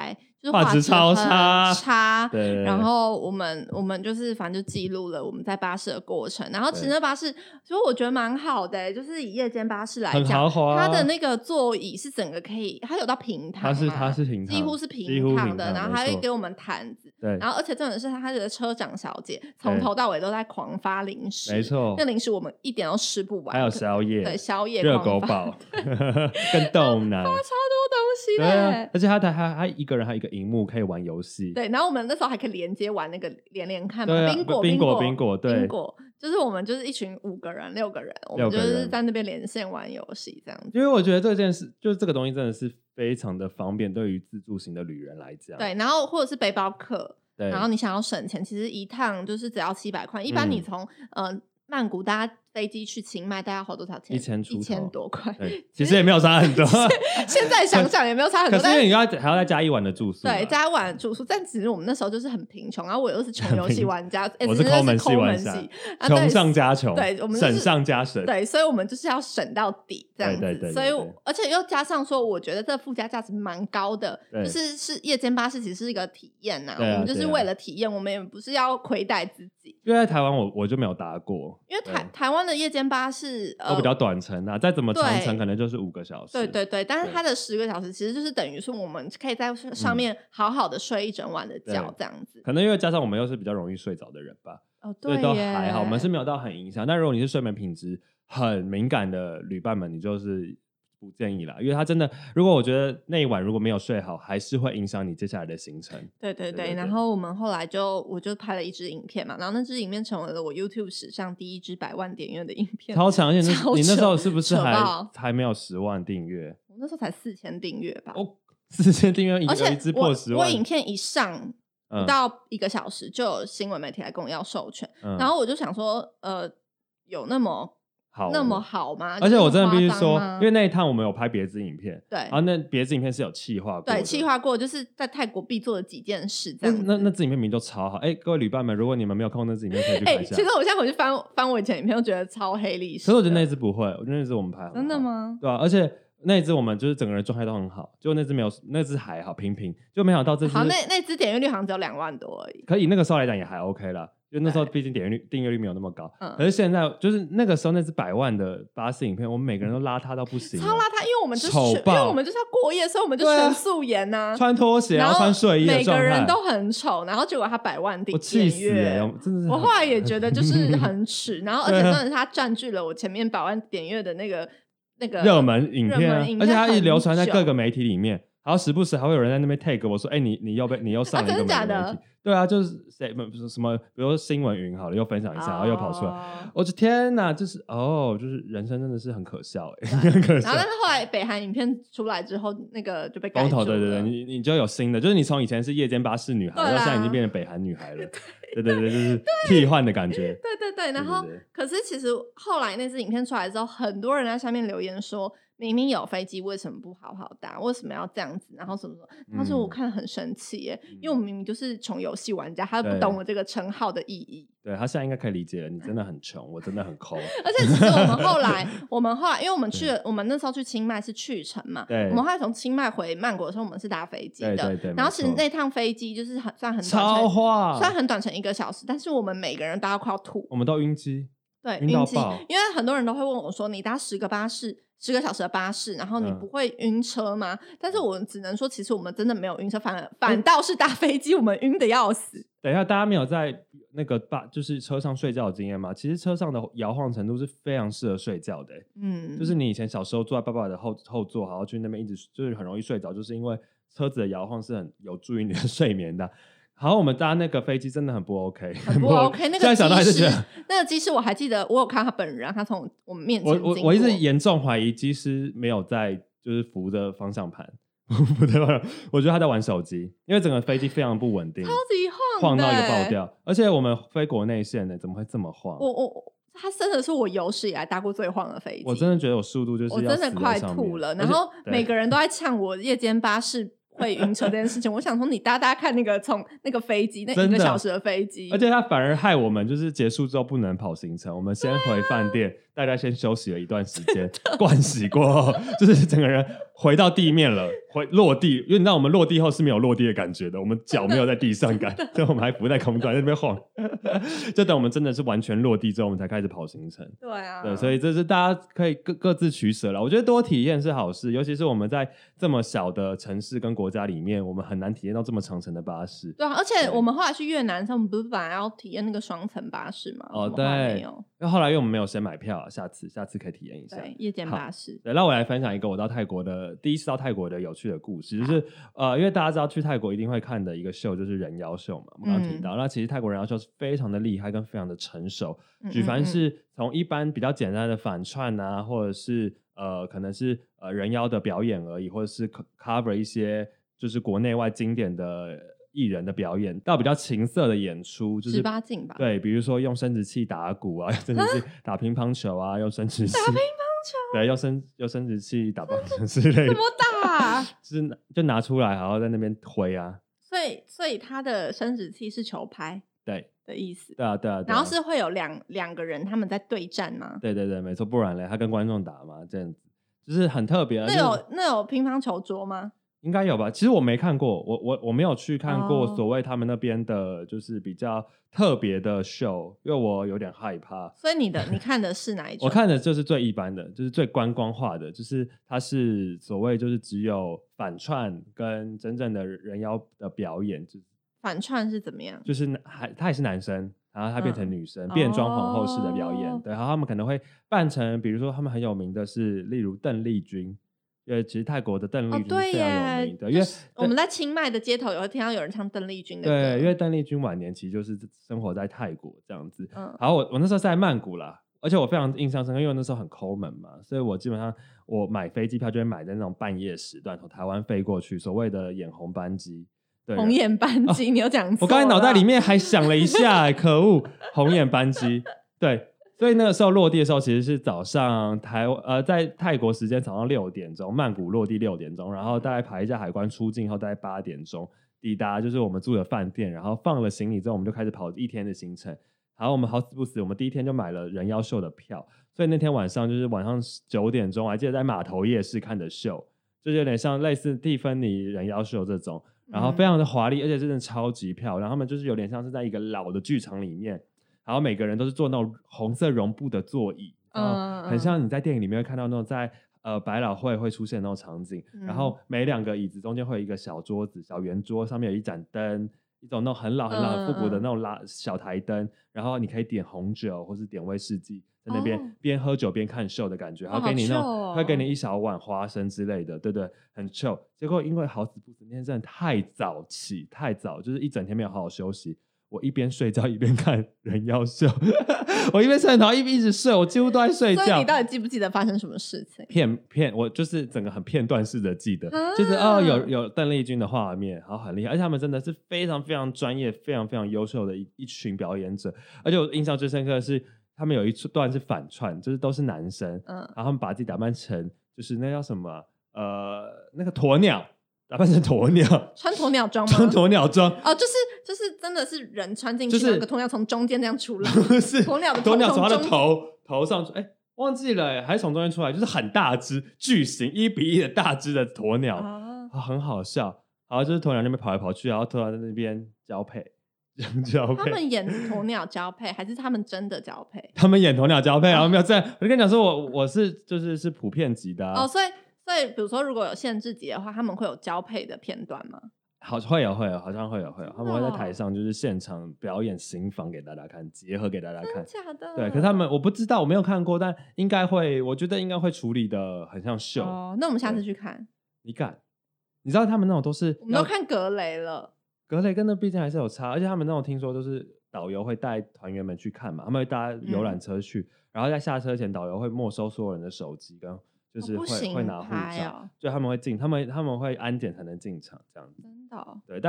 就是画质超差， 差对， 然后我们我们就是反正就记录了我们在巴士的过程，然后其实那巴士其实我觉得蛮好的、欸，就是以夜间巴士来讲， 很豪华， 它的那个座椅是整个可以，它有到平躺， 它是它是平躺， 几乎是平躺的，然后还会给我们毯子， 对， 然后而且重点是它的车长小姐从头到尾都在狂发零食， 没错， 那零食我们一点都吃不完， 还有宵夜， 对，宵夜热狗堡跟豆奶， 发超多东西的、 欸，而且他他他一个人还有一个荧幕可以玩游戏， 对，然后我们那时候还可以连接玩那个连连看嘛， 冰果冰果冰果，对， 冰果就是我们就是一群五个人六个人，我们就是在那边连线玩游戏这样子。 因为我觉得这件事就是这个东西真的是非常的方便，对于自助型的旅人来讲， 对，然后或者是背包客， 对， 然后你想要省钱，其实一趟就是只要七百块，一般你从、嗯、呃曼谷搭飞机去清迈大概花多少钱？ 一千出一千多块， 其实也没有差很多。 现在想想也没有差很多， 可是因为你要还要再加一晚的住宿， 对，加一晚的住宿。但其实我们那时候就是很贫穷，然后我又是穷游戏玩家， 我是抠门系玩家，穷上加穷， 对，我们、 就是、省上加省， 对，所以我们就是要省到底这样子。 对对对对对， 所以而且又加上说，我觉得这附加价值蛮高的，就是是夜间巴士其实是一个体验呐、啊啊，我们就是为了体验，我们也不是要亏待自己。 因为在台湾我我就没有搭过， 因为台台湾的夜间巴士都比较短程啊，再怎么长程可能就是五个小时。 对对对，但是它的十个小时其实就是等于是我们可以在上面好好的睡一整晚的觉，这样子、嗯。 可能因为加上我们又是比较容易睡着的人吧， 哦，对， 所以都还好，我们是没有到很影响。但如果你是睡眠品质很敏感的旅伴们，你就是不建议啦，因为他真的，如果我觉得那一晚如果没有睡好，还是会影响你接下来的行程。 对对 对, 对, 对, 对，然后我们后来就我就拍了一支影片嘛，然后那支影片成为了我 YouTube 史上第一支百万点阅的影片， 超强！而且你那时候是不是还还没有十万订阅？ 我那时候才四千订阅吧。 哦，四千订阅， 而且一支破十万。 我影片一上不到一个小时，就有新闻媒体来跟我要授权， 嗯、 然后我就想说，呃，有那么。 好那么好吗？ 而且我真的必须说，因为那一趟我们有拍别支影片， 对， 然后那别支影片是有企划过的， 对，企划过就是在泰国必做的几件事这样子。 那那支影片名就超好，哎、欸，各位旅伴们，如果你们没有看过那支影片，可以去看一下。 欸、其实我现在回去翻翻我以前影片，我觉得超黑历史。 可是我觉得那支不会，我觉得那支我们拍好。 真的吗？ 对啊，而且那一支我们就是整个人状态都很好，就那支没有，那支还好平平，就没想到这支好，那那支点阅率好像只有两万多而已。 可以那个时候来讲也还 OK 啦。因为那时候毕竟点阅率订阅率没有那么高、嗯，可是现在就是那个时候那支百万的巴士影片，我们每个人都邋遢到不行， 超邋遢，因为我们就是因为我们就是要过夜，所以我们就全素颜呐、啊， 穿拖鞋然后穿睡衣的状态， 每个人都很丑，然后结果他百万订阅， 我气死欸，真的是。 我后来也觉得就是很耻，然后而且真的是他占据了我前面百万点阅的那个那个热门影片、啊， 影片而且他一流传在各个媒体里面。然后时不时还会有人在那边 tag 我说：“哎、欸，你你又被你又上了一个媒体、啊、真的假的？”对啊，就是谁什么，比如说新闻云好了，又分享一下， oh. 然后又跑出来，我的天哪，就是哦，就是人生真的是很可笑哎、欸，很可笑。 然后但是后来北韩影片出来之后，那个就被改住了。 对对对，你你就有新的，就是你从以前是夜间巴士女孩，到现在已经变成北韩女孩了。对对对，就是替换的感觉。 对对对，然后对对对可是其实后来那支影片出来之后，很多人在下面留言说。明明有飞机，为什么不好好搭？为什么要这样子？然后什么什么？当时我看了很生气耶、嗯，因为我明明就是穷游戏玩家，他不懂我这个称号的意义。 对，他现在应该可以理解了，你真的很穷，我真的很抠。 而且其实我们后来，我们后来，因为我们去了，我们那时候去清迈是去程嘛， 对， 我们后来从清迈回曼谷的时候，我们是搭飞机的， 对对对。 然后其实那趟飞机就是很算很短程， 超话， 虽然很短程一个小时，但是我们每个人搭到快要吐， 我们都晕机， 对，晕机，因为很多人都会问我说，你搭十个巴士。十个小时的巴士，然后你不会晕车吗、嗯？但是我只能说，其实我们真的没有晕车，反而反倒是搭飞机，我们晕的要死。 等一下，大家没有在那个巴就是车上睡觉的经验吗？其实车上的摇晃程度是非常适合睡觉的、欸。嗯，就是你以前小时候坐在爸爸的后后座，然后去那边一直就是很容易睡着，就是因为车子的摇晃是很有助于你的睡眠的。好，我们搭那个飞机真的很不 OK， 很不 OK。那个现在想到还是觉得， 那个机师我还记得，我有看他本人，他从我们面前经过。 我我我一直严重怀疑机师没有在就是扶着方向盘，扶着方向，我觉得他在玩手机，因为整个飞机非常不稳定， 超级晃的， 晃到一个爆掉。而且我们飞国内线呢，怎么会这么晃？ 我我。它真的是我有史以来搭过最晃的飞机， 我真的觉得我速度就是要死在上面， 我真的快吐了。然后每个人都在呛我夜间巴士会晕车这件事情，我想说你搭搭看那个从那个飞机那一个小时的飞机， 而且它反而害我们就是结束之后不能跑行程，我们先回饭店，大家先休息了一段时间，盥洗过后，就是整个人回到地面了，回落地，因为你知道我们落地后是没有落地的感觉的，我们脚没有在地上感，所以我们还浮在空中，在那边晃。就等我们真的是完全落地之后，我们才开始跑行程。 对啊， 对，所以这是大家可以各各自取舍了。我觉得多体验是好事，尤其是我们在这么小的城市跟国家里面，我们很难体验到这么长程的巴士。 对啊，而且我们后来去越南的时候，我们不是本来要体验那个双层巴士吗？ 哦，对，因为后来因为我们没有先买票、啊，下次下次可以体验一下。 对，夜间巴士。 对，那我来分享一个我到泰国的第一次到泰国的有趣的故事，就是呃，因为大家知道去泰国一定会看的一个秀就是人妖秀嘛，我们刚刚提到、嗯，那其实泰国人妖秀是非常的厉害跟非常的成熟，举凡是从一般比较简单的反串啊，或者是呃可能是呃人妖的表演而已，或者是 cover 一些就是国内外经典的艺人的表演，到比较情色的演出，就是十八禁吧，对，比如说用生殖器打鼓啊，用生殖器打乒乓球啊，用生殖器打乒乓球， 对，用生用生殖器打棒球之类的， 怎么打、啊？ 就是就拿出来，然后在那边挥啊。 所以，所以他的生殖器是球拍， 对的意思。 对啊，对啊。 然后是会有两两个人他们在对战吗？ 对对对，没错，不然嘞，他跟观众打嘛，这样子就是很特别。 那有、就是、那有乒乓球桌吗？ 应该有吧，其实我没看过，我我我没有去看过所谓他们那边的就是比较特别的秀，因为我有点害怕。 所以你的你看的是哪一种？ 我看的就是最一般的，就是最观光化的，就是它是所谓就是只有反串跟真正的人妖的表演。就是反串是怎么样？ 就是还他也是男生，然后他变成女生，嗯、变装皇后式的表演、哦。对，然后他们可能会扮成，比如说他们很有名的是，例如邓丽君。因为其实泰国的邓丽君是非常有名的、哦、因为我们在清迈的街头也会听到有人唱邓丽君的歌。 对，因为邓丽君晚年其实就是生活在泰国这样子。嗯，好，我我那时候是在曼谷啦，而且我非常印象深刻，因为那时候很抠门嘛，所以我基本上我买飞机票就会买在那种半夜时段从台湾飞过去，所谓的眼红班机。对， 红眼班机、哦、你有讲错？ 我刚才脑袋里面还想了一下，可恶，红眼班机，对。所以那个时候落地的时候，其实是早上台呃在泰国时间早上六点钟，曼谷落地六点钟，然后大概排一下海关出境后，大概八点钟抵达就是我们住的饭店，然后放了行李之后，我们就开始跑一天的行程。然后我们好死不死，我们第一天就买了人妖秀的票，所以那天晚上就是晚上九点钟，我还记得在码头夜市看的秀，就是有点像类似蒂芬尼人妖秀这种，然后非常的华丽，而且真的超级漂亮。他们就是有点像是在一个老的剧场里面。然后每个人都是坐那种红色绒布的座椅，嗯，很像你在电影里面会看到那种在呃百老汇会出现的那种场景、嗯。然后每两个椅子中间会有一个小桌子、小圆桌，上面有一盏灯，一种那种很老很老很复古的那种拉小台灯、嗯。然后你可以点红酒或是点威士忌，在那边、哦、边喝酒边看秀的感觉。然后给你那种、哦、会给你一小碗花生之类的，对对，很 chill。结果因为好死不死那天真的太早起，太早，就是一整天没有好好休息。我一边睡觉一边看人妖秀，我一边睡，然后一边一直睡，我几乎都在睡觉。 所以你到底记不记得发生什么事情？ 片片，我就是整个很片段式的记得，啊、就是哦，有有邓丽君的画面，然后很厉害，而且他们真的是非常非常专业、非常非常优秀的一一群表演者。而且我印象最深刻的是，他们有一段是反串，就是都是男生，嗯，然后他们把自己打扮成就是那叫什么呃那个鸵鸟。打扮成鸵鸟， 穿鸵鸟装吗？ 穿鸵鸟装哦，就是就是真的是人穿进去， 就是那个鸵鸟从中间这样出来， 不是鸵鸟的头鸵鸟从它的头头上，哎，忘记了，还是从中间出来，就是很大只巨型一比一的大只的鸵鸟、啊啊，很好笑。然后就是鸵鸟那边跑来跑去，然后鸵鸟在那边交配。交配， 他们演鸵鸟交配还是他们真的交配？ 他们演鸵鸟交配，然后没有这样。我就跟你讲说我，我我是就是是普遍级的、啊、 哦，所以。所以比如说如果有限制级的话，他们会有交配的片段吗？ 好，会有会有，好像会有会有，他们会在台上就是现场表演行房给大家看，结合给大家看。 真的假的？ 对，可是他们我不知道，我没有看过，但应该会，我觉得应该会处理的很像秀。 哦，那我们下次去看。 你敢？你知道他们那种都是我们都看格雷了， 格雷跟那毕竟还是有差，而且他们那种听说都是导游会带团员们去看嘛，他们会搭游览车去、嗯，然后在下车前导游会没收所有人的手机跟。就是会、哦、会拿护照，就他们会进，他们他们会安检才能进场这样子。 真的、哦？ 对，但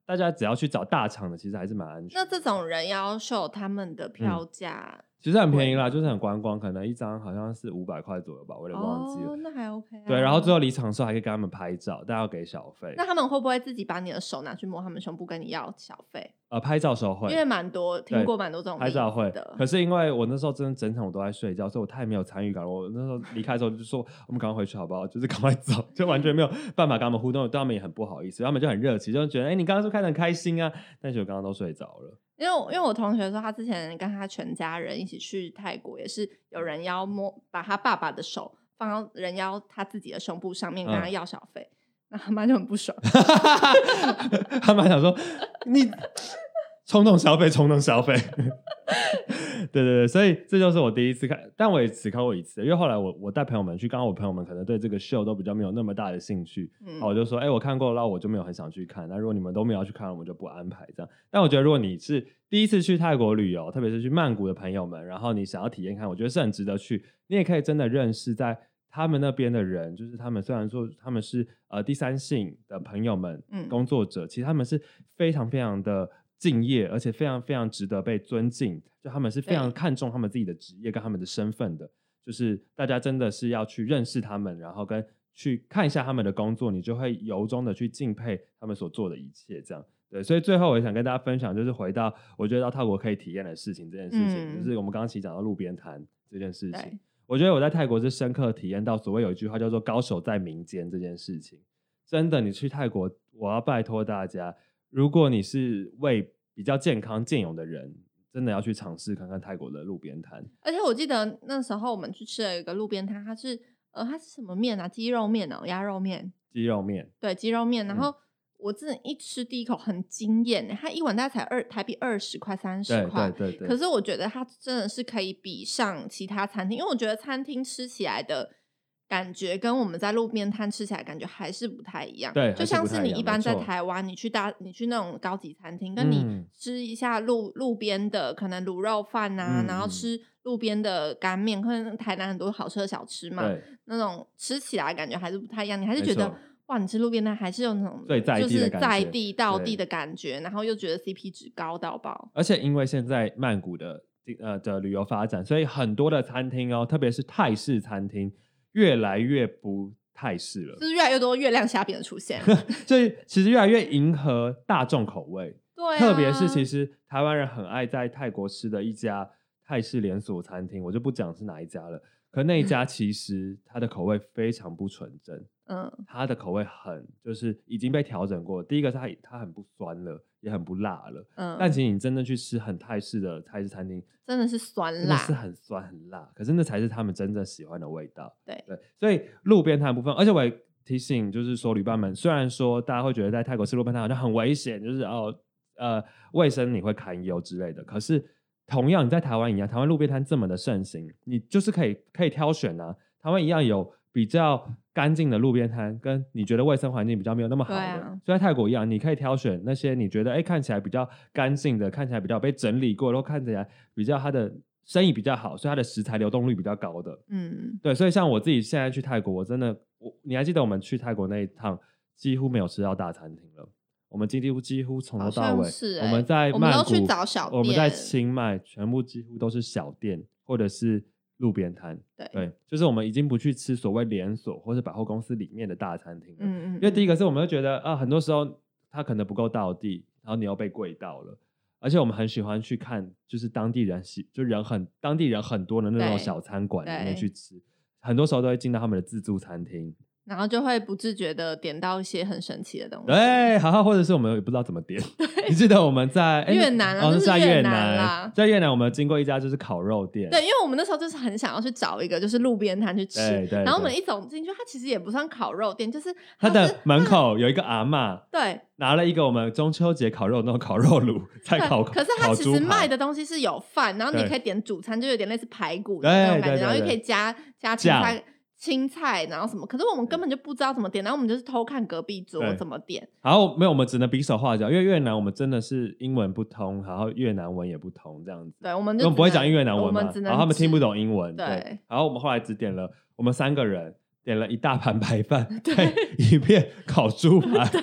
大家只要去找大厂的，其实还是蛮安全的。 那这种人要秀他们的票价、嗯， 其实很便宜啦，就是很观光，可能一张好像是五百块左右吧，我有点忘记了。 哦，那还 OK 啊。 对，然后最后离场的时候还可以跟他们拍照，但要给小费。 那他们会不会自己把你的手拿去摸他们胸部，跟你要小费？ 呃，拍照时候会， 因为蛮多听过蛮多这种拍照会的。 可是因为我那时候真的整场我都在睡觉，所以我太没有参与感了。我那时候离开的时候就说我们赶快回去好不好？就是赶快走，就完全没有办法跟他们互动，对他们也很不好意思。他们就很热情，就觉得哎、欸，你刚刚是看得很开心啊，但是我刚刚都睡着了。 因为因为我同学说他之前跟他全家人一起去泰国，也是有人要摸把他爸爸的手放到人妖他自己的胸部上面跟他要小费、嗯、那他妈就很不爽他妈想说你冲动消费冲动消费对对对，所以这就是我第一次看，但我也只看过一次，因为后来我我带朋友们去，刚刚我朋友们可能对这个秀都比较没有那么大的兴趣、嗯、我就说哎、欸，我看过了，然后我就没有很想去看，那如果你们都没有要去看，我们就不安排这样。但我觉得如果你是第一次去泰国旅游，特别是去曼谷的朋友们，然后你想要体验看，我觉得是很值得去。你也可以真的认识在他们那边的人，就是他们虽然说他们是呃第三性的朋友们、嗯、工作者，其实他们是非常非常的敬业，而且非常非常值得被尊敬，就他们是非常看重他们自己的职业跟他们的身份的，就是大家真的是要去认识他们，然后跟去看一下他们的工作，你就会由衷的去敬佩他们所做的一切这样。对，所以最后我也想跟大家分享，就是回到我觉得到泰国可以体验的事情这件事情、嗯、就是我们刚刚其实讲到路边摊这件事情，我觉得我在泰国是深刻体验到所谓有一句话叫做高手在民间这件事情。真的，你去泰国，我要拜托大家，如果你是为比较健康健勇的人，真的要去尝试看看泰国的路边摊。 而且我记得那时候我们去吃了一个路边摊，它是呃它是什么面啊？鸡肉面哦，鸭肉面。 鸡肉面。对， 鸡肉面。然后我真的一吃第一口很惊艳，它一碗大概才二台币二十块三十块。 对对对。 可是我觉得它真的是可以比上其他餐厅，因为我觉得餐厅吃起来的感觉跟我们在路边摊吃起来感觉还是不太一样。 对， 就像是你一般在台湾，你去大你去那种高级餐厅，跟你吃一下路路边的可能卤肉饭啊、嗯，然后吃路边的干面，或者台南很多好吃的小吃嘛，那种吃起来感觉还是不太一样。你还是觉得哇，你吃路边摊还是有那种最在地的感觉，就是在地道地的感觉，然后又觉得 C P 值高到爆。 而且因为现在曼谷的呃的旅游发展，所以很多的餐厅哦，特别是泰式餐厅越来越不泰式了， 就是越来越多月亮虾饼的出现所以其实越来越迎合大众口味。 对、啊、 特别是其实台湾人很爱在泰国吃的一家泰式连锁餐厅，我就不讲是哪一家了，可那一家其实它的口味非常不纯正。嗯，它的口味很就是已经被调整过，第一个是 它, 它很不酸了，也很不辣了。嗯，但其实你真的去吃很泰式的泰式餐厅， 真的是酸辣， 真的是很酸很辣，可是那才是他们真正喜欢的味道。 对对，所以路边摊的部分，而且我也提醒就是说旅伴们，虽然说大家会觉得在泰国吃路边摊好像很危险，就是哦呃卫生你会堪忧之类的，可是同样你在台湾一样，台湾路边摊这么的盛行，你就是可以可以挑选啊，台湾一样有比较干净的路边摊，跟你觉得卫生环境比较没有那么好的，啊、所以在泰国一样，你可以挑选那些你觉得哎看起来比较干净的，看起来比较被整理过，然后看起来比较它的生意比较好，所以它的食材流动率比较高的。嗯，对，所以像我自己现在去泰国，我真的我你还记得我们去泰国那一趟几乎没有吃到大餐厅了，我们几乎几乎从头到尾、 欸、 我们在曼谷，我们都去找小店， 我们在清迈全部几乎都是小店或者是路边摊。 对, 对，就是我们已经不去吃所谓连锁或是百货公司里面的大餐厅了。嗯嗯嗯，因为第一个是我们会觉得啊，很多时候它可能不够道地，然后你又被贵到了，而且我们很喜欢去看就是当地人就人很当地人很多的那种小餐馆里面去吃，很多时候都会进到他们的自助餐厅， 然后就会不自觉的点到一些很神奇的东西。 对，好好，或者是我们也不知道怎么点。你记得我们在越南啊， 哦、 就是在越南啦， 在越南我们经过一家就是烤肉店。 对，因为我们那时候就是很想要去找一个就是路边摊去吃， 对对对， 然后我们一走进去，它其实也不算烤肉店，就是它的门口有一个阿嬷， 对， 拿了一个我们中秋节烤肉那种烤肉炉在烤， 可是它其实卖的东西是有饭，然后你可以点主餐，就有点类似排骨的那种感觉，然后又可以加加青菜。青菜然后什么，可是我们根本就不知道怎么点，然后我们就是偷看隔壁桌怎么点， 然后没有，我们只能比手画脚，因为越南我们真的是英文不通，然后越南文也不通这样子。 对，我们就我们不会讲越南文嘛， 然后他们听不懂英文。 对, 对，然后我们后来只点了我们三个人点了一大盘白饭，对，一片烤猪排，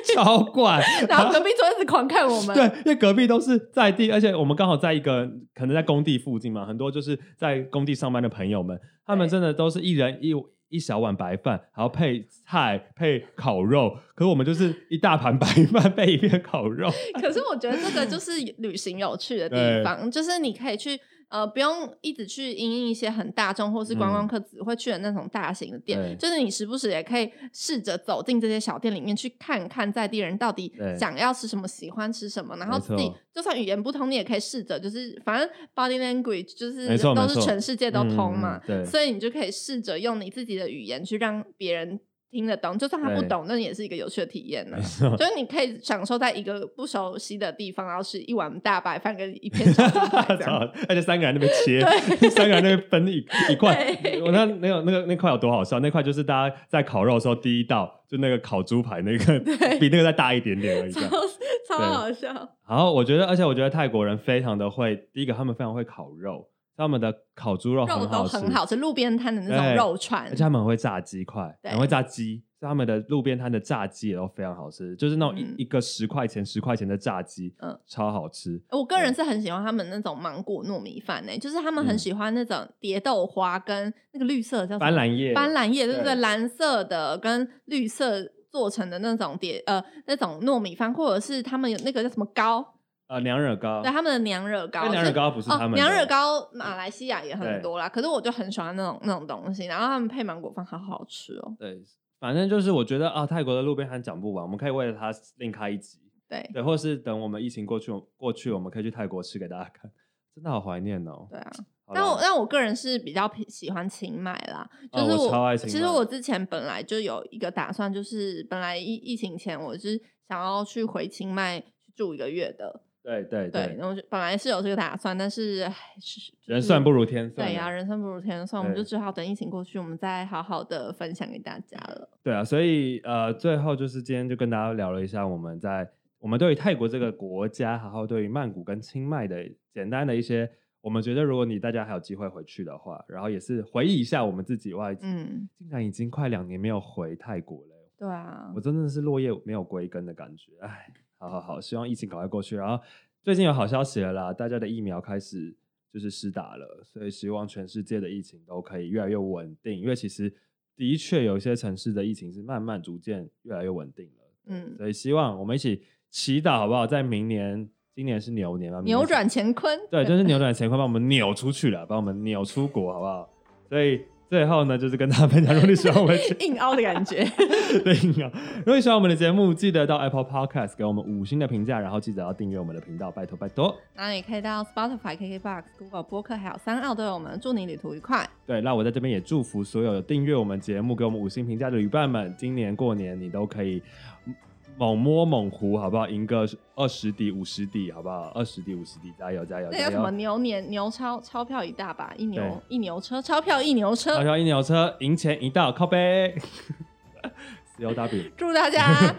超怪， 然后隔壁桌一直狂看我们。 对，因为隔壁都是在地，而且我们刚好在一个可能在工地附近嘛，很多就是在工地上班的朋友们，他们真的都是一人一一小碗白饭，然后配菜配烤肉，可是我们就是一大盘白饭配一片烤肉。 可是我觉得这个就是旅行有趣的地方，就是你可以去呃，不用一直去因应一些很大众或是观光客只会去的那种大型的店、嗯、就是你时不时也可以试着走进这些小店里面去看看在地人到底想要吃什么，喜欢吃什么，然后自己就算语言不通你也可以试着就是反正 body language 就是都是全世界都通嘛、嗯、所以你就可以试着用你自己的语言去让别人听得懂，就算他不懂那也是一个有趣的体验呢。就是你可以享受在一个不熟悉的地方，然后吃一碗大白饭跟一片小猪排这样而且三个人那边切三个人那边分 一, 一块我那那个那个那块有多好笑，那块就是大家在烤肉的时候第一道就那个烤猪排那个比那个再大一点点而已，超超好笑。 然后我觉得而且我觉得泰国人非常的会，第一个他们非常会烤肉，他们的烤猪肉很好吃， 肉都很好吃，路边摊的那种肉串， 而且他们很会炸鸡块，很会炸鸡，所以他们的路边摊的炸鸡也都非常好吃，就是那种 一,、嗯、一个十块钱十块钱的炸鸡、嗯、超好吃。 我个人是很喜欢他们那种芒果糯米饭、欸、就是他们很喜欢那种蝶豆花跟那个绿色的叫什么斑兰叶， 斑兰叶对不对？蓝色的跟绿色做成的那种蝶呃那种糯米饭，或者是他们有那个叫什么糕呃，娘惹糕， 对，他们的娘惹糕， 娘惹糕不是他们的、哦、 娘惹糕马来西亚也很多啦，可是我就很喜欢那种那种东西，然后他们配芒果饭好好吃哦。 对，反正就是我觉得啊，泰国的路边摊讲不完，我们可以为了它另开一集， 对对，或是等我们疫情过去过去，我们可以去泰国吃给大家看，真的好怀念哦。 对啊，但我但我个人是比较喜欢清迈啦，就是我、 哦、我超爱清迈。 其实我之前本来就有一个打算，就是本来疫疫情前我是想要去回清迈去住一个月的。 对对对, 对，然后本来是有这个打算，但是、就是、 人算不如天算。 对呀、啊，人算不如天算，我们就只好等疫情过去，我们再好好的分享给大家了。 对啊，所以呃，最后就是今天就跟大家聊了一下我们在我们对于泰国这个国家，然后对于曼谷跟清迈的简单的一些，我们觉得如果你大家还有机会回去的话，然后也是回忆一下我们自己，哇，嗯，竟然已经快两年没有回泰国了。 对啊， 我真的是落叶没有归根的感觉，哎。好好好，希望疫情赶快过去。然后最近有好消息了啦，大家的疫苗开始就是施打了，所以希望全世界的疫情都可以越来越稳定。因为其实的确有一些城市的疫情是慢慢逐渐越来越稳定了，嗯，所以希望我们一起祈祷好不好？在明年，今年是牛年嘛， 扭转乾坤， 对，就是扭转乾坤，把我们扭出去了，把我们扭出国，好不好？所以。最后呢，就是跟大家分享，如果你喜欢我们硬凹的感觉， 对，硬凹。如果你喜欢我们的节目，记得到 Apple Podcast 给我们五星的评价，然后记得要订阅我们的频道，拜托拜托。 然后也可以到 Spotify、K K B O X、Google 播客还有三奥都有我们，祝你旅途愉快。 对，那我在这边也祝福所有有订阅我们节目、给我们五星评价的旅伴们，今年过年你都可以猛摸猛胡，好不好？赢个二十底、五十底，好不好？二十底、五十底，加油加油！ 那叫什么牛年牛钞钞票一大把，一牛一牛车，钞票一牛车， 钞票一牛车，赢钱一道，靠背。C O W， 祝大家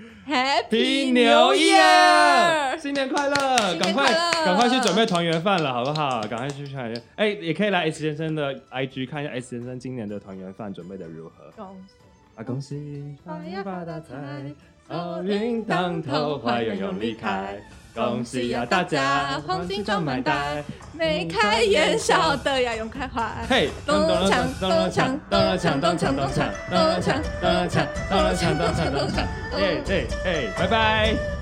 Happy New Year， 新年快乐！赶快赶快去准备团圆饭了，好不好？赶快去团圆。哎、欸，也可以来 S 先生的 I G 看一下 S 先生今年的团圆饭准备的如何。 恭喜啊！恭喜发呀发大财！好运当头，花样永离开。恭喜呀大家，黄金装满袋， 眉开眼笑的呀永开怀。 嘿， 咚咚锵，咚咚锵，咚咚锵，咚锵咚锵，咚咚锵，咚咚锵，咚咚锵，咚锵咚锵咚锵。 耶耶嘿，拜拜。